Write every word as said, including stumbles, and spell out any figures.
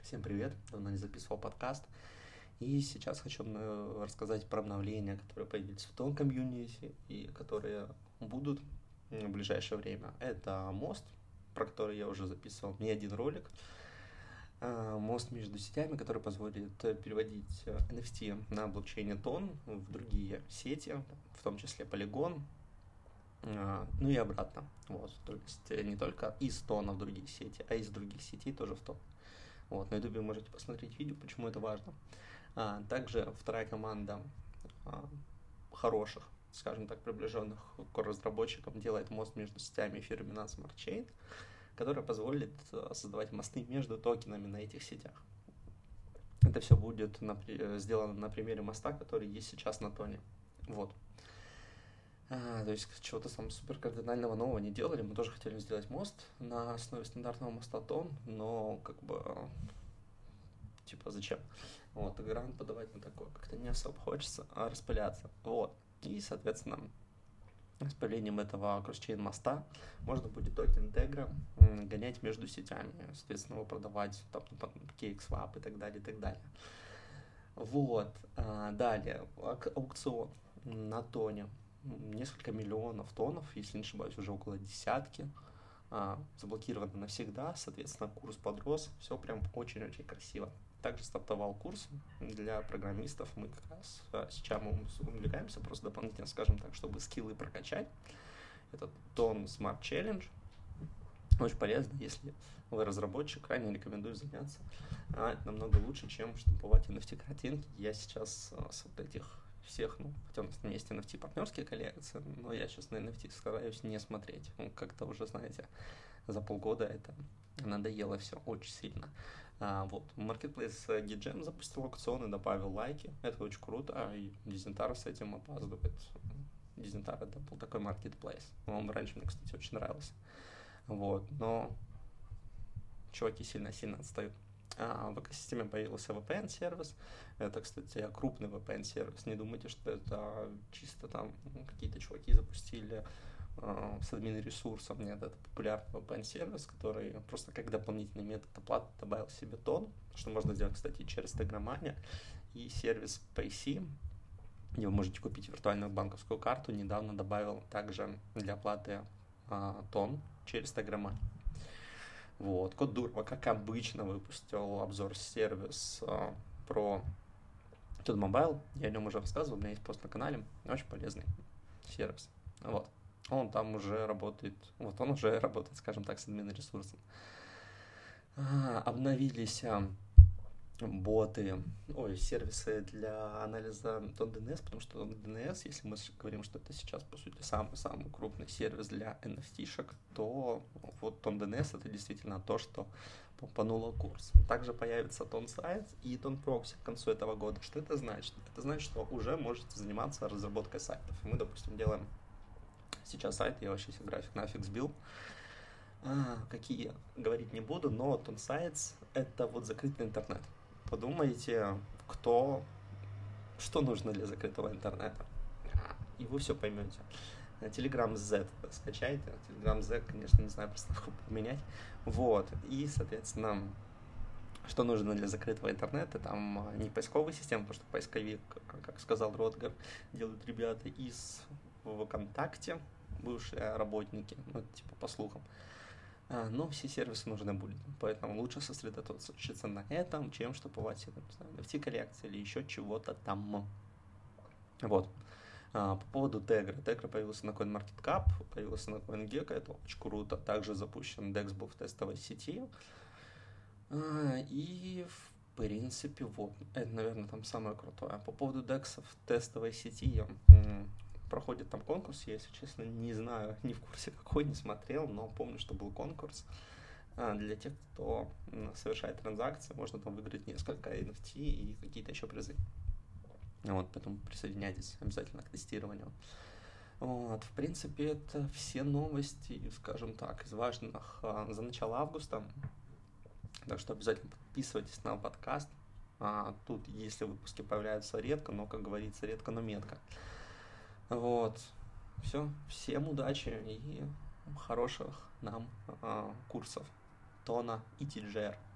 Всем привет, давно не записывал подкаст, и сейчас хочу э, рассказать про обновления, которые появились в том комьюнити и которые будут в ближайшее время. Это мост, про который я уже записывал не один ролик, мост между сетями, который позволит переводить эн эф ти на блокчейне Тон в другие сети, в том числе Polygon, ну и обратно. Вот, то есть не только из Тона в другие сети, а из других сетей тоже в Тон. Вот, на ютубе можете посмотреть видео, почему это важно. А, также вторая команда а, хороших, скажем так, приближенных к разработчикам делает мост между сетями эфир Binance Smart Chain, который позволит создавать мосты между токенами на этих сетях. Это все будет на, сделано на примере моста, который есть сейчас на Тоне. Вот. А, то есть чего-то там супер кардинального нового не делали. Мы тоже хотели сделать мост на основе стандартного моста Тон, но как бы типа зачем? Вот, грант подавать на такое как-то не особо хочется, а распыляться. Вот. И, соответственно, с появлением этого кросс-чейн моста можно будет токен Tegra гонять между сетями, соответственно, его продавать там, кей экс свап и так далее, и так далее. Вот. А, далее, аукцион на Тоне. Несколько миллионов тонов, если не ошибаюсь, уже около десятки, а, заблокировано навсегда, соответственно, курс подрос, все прям очень-очень красиво. Также стартовал курс для программистов, мы как раз сейчас мы увлекаемся, просто дополнительно, скажем так, чтобы скиллы прокачать. Это Ton Smart Challenge, очень полезно, если вы разработчик, крайне рекомендую заняться. А, это намного лучше, чем штамповать эн эф ти-картинки. Я сейчас а, с вот этих всех, ну, хотя у нас там есть эн эф ти партнерские коллекции, но я сейчас на эн эф ти стараюсь не смотреть. Ну, как-то уже, знаете, за полгода это надоело все очень сильно. А, вот, Marketplace GitGem запустил аукцион и добавил лайки. Это очень круто, а и Дизентар с этим опаздывает. Дизентар это был такой marketplace. Он раньше мне, кстати, очень нравился. Вот, но чуваки сильно-сильно отстают. А, в экосистеме появился ви пи эн-сервис. Это, кстати, крупный ви пи эн-сервис. Не думайте, что это чисто там какие-то чуваки запустили э, с админ-ресурсом. Нет, это популярный ви пи эн-сервис, который просто как дополнительный метод оплаты добавил себе Тон, что можно сделать, кстати, через Tegra Money, и сервис PayC, где вы можете купить виртуальную банковскую карту, недавно добавил также для оплаты э, Тон через Tegra Money. Вот. Код Дурова, как обычно, выпустил обзор-сервис э, про Ton Mobile. Я о нем уже рассказывал, у меня есть пост на канале. Очень полезный сервис. Вот. Он там уже работает, вот он уже работает, скажем так, с админ-ресурсом. А, обновились а, боты, ой, сервисы для анализа TonDNS, потому что TonDNS, если мы говорим, что это сейчас, по сути, самый-самый крупный сервис для эн эф ти-шек, то вот TonDNS это действительно то, что помпануло курс. Также появится TonSites и TonProxy к концу этого года. Что это значит? Это значит, что уже можете заниматься разработкой сайтов. Мы, допустим, делаем сейчас сайт, я вообще себе график на FixBuild. А, какие, говорить не буду, но TonSites это вот закрытый интернет. Подумайте, кто, что нужно для закрытого интернета, и вы все поймете. Telegram Z скачайте, Telegram Z, конечно, не знаю, приставку поменять, вот, и, соответственно, что нужно для закрытого интернета, там не поисковая система, потому что поисковик, как сказал Ротгар, делают ребята из ВКонтакте, бывшие работники, ну, типа по слухам. Но все сервисы нужны будут, поэтому лучше сосредоточиться на этом, чем штамповать эн эф ти-коллекции или еще чего-то там. Вот. По поводу Tegra. Tegra появился на CoinMarketCap, появился на CoinGecko, это очень круто. Также запущен декс был в тестовой сети. И, в принципе, вот, это, наверное, там самое крутое. По поводу дексов в тестовой сети, проходит там конкурс, я, если честно, не знаю, не в курсе какой, не смотрел, но помню, что был конкурс. Для тех, кто совершает транзакции, можно там выиграть несколько эн эф ти и какие-то еще призы. Вот, поэтому присоединяйтесь обязательно к тестированию. Вот, в принципе, это все новости, скажем так, из важных за начало августа. Так что обязательно подписывайтесь на подкаст. А, тут, если выпуски появляются редко, но, как говорится, редко, но метко. Вот, все, всем удачи и хороших нам а, курсов Тона и ти джи ар.